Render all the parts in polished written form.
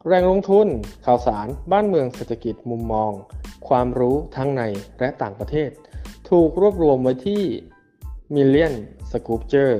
แรงลงทุนข่าวสารบ้านเมืองเศรษฐกิจมุมมองความรู้ทั้งในและต่างประเทศถูกรวบรวมไว้ที่ Million Sculpture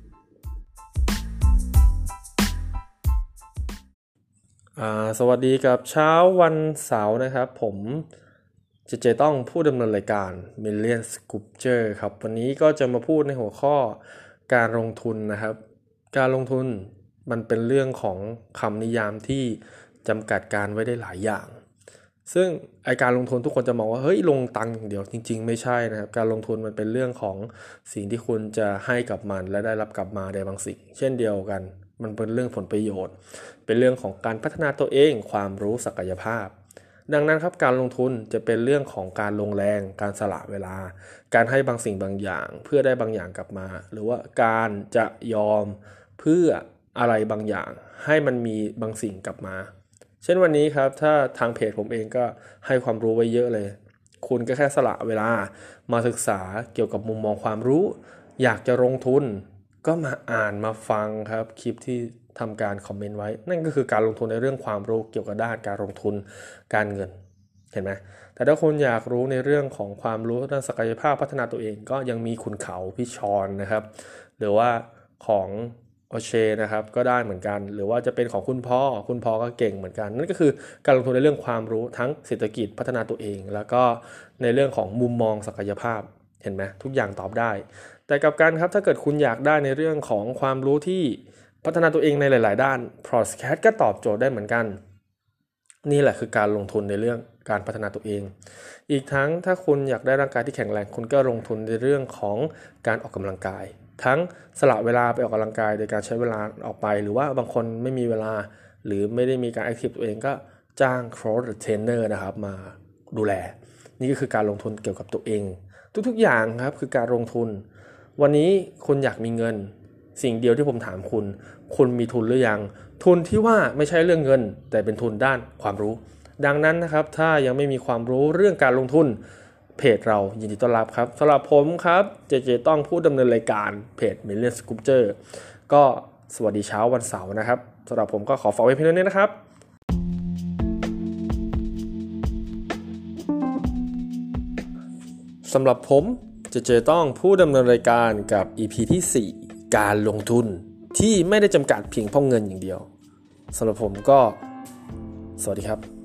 สวัสดีกับเช้าวันเสาร์นะครับผมเจต้องผู้ดำเนินรายการ Million Sculpture ครับวันนี้ก็จะมาพูดในหัวข้อการลงทุนนะครับการลงทุนมันเป็นเรื่องของคำนิยามที่จำกัดการไว้ได้หลายอย่างซึ่งการลงทุนทุกคนจะมองว่าเฮ้ยลงตังค์อย่างเดียวจริงๆไม่ใช่นะครับการลงทุนมันเป็นเรื่องของสิ่งที่คุณจะให้กับมันและได้รับกลับมาในบางสิ่งเช่นเดียวกันมันเป็นเรื่องผลประโยชน์เป็นเรื่องของการพัฒนาตัวเองความรู้ศักยภาพดังนั้นครับการลงทุนจะเป็นเรื่องของการลงแรงการสละเวลาการให้บางสิ่งบางอย่างเพื่อได้บางอย่างกลับมาหรือว่าการจะยอมเพื่ออะไรบางอย่างให้มันมีบางสิ่งกลับมาเช่นวันนี้ครับถ้าทางเพจผมเองก็ให้ความรู้ไว้เยอะเลยคุณก็แค่สละเวลามาศึกษาเกี่ยวกับมุมมองความรู้อยากจะลงทุนก็มาอ่านมาฟังครับคลิปที่ทำการคอมเมนต์ไว้นั่นก็คือการลงทุนในเรื่องความรู้เกี่ยวกับด้านการลงทุนการเงินเห็นไหมแต่ถ้าคุณอยากรู้ในเรื่องของความรู้ด้านศักยภาพพัฒนาตัวเองก็ยังมีคุณเขาพี่ชอนนะครับหรือว่าของโอเชนะครับก็ได้เหมือนกันหรือว่าจะเป็นของคุณพ่อก็เก่งเหมือนกันนั่นก็คือการลงทุนในเรื่องความรู้ทั้งเศรษฐกิจพัฒนาตัวเองแล้วก็ในเรื่องของมุมมองศักยภาพเห็นไหมทุกอย่างตอบได้แต่กับการครับถ้าเกิดคุณอยากได้ในเรื่องของความรู้ที่พัฒนาตัวเองในหลายๆด้าน Podcast ก็ตอบโจทย์ได้เหมือนกันนี่แหละคือการลงทุนในเรื่องการพัฒนาตัวเองอีกทั้งถ้าคุณอยากได้ร่างกายที่แข็งแรงคุณก็ลงทุนในเรื่องของการออกกำลังกายทั้งสละเวลาไปออกกำลังกายโดยการใช้เวลาออกไปหรือว่าบางคนไม่มีเวลาหรือไม่ได้มีการแอคทีฟตัวเองก็จ้างโค้ชหรือเทรนเนอร์นะครับมาดูแลนี่ก็คือการลงทุนเกี่ยวกับตัวเองทุกๆอย่างครับคือการลงทุนวันนี้คุณอยากมีเงินสิ่งเดียวที่ผมถามคุณมีทุนหรือยังทุนที่ว่าไม่ใช่เรื่องเงินแต่เป็นทุนด้านความรู้ดังนั้นนะครับถ้ายังไม่มีความรู้เรื่องการลงทุนเพจเรายินดีต้อนรับครับสำหรับผมครับเจต้องผู้ดำเนินรายการเพจ Million Sculpture ก็สวัสดีเช้าวันเสาร์นะครับสำหรับผมก็ขอฝากไว้เพียงเท่านี้นะครับสำหรับผมเจต้องผู้ดำเนินรายการกับ EP ที่4การลงทุนที่ไม่ได้จำกัดเพียงเพราะเงินอย่างเดียวสำหรับผมก็สวัสดีครับ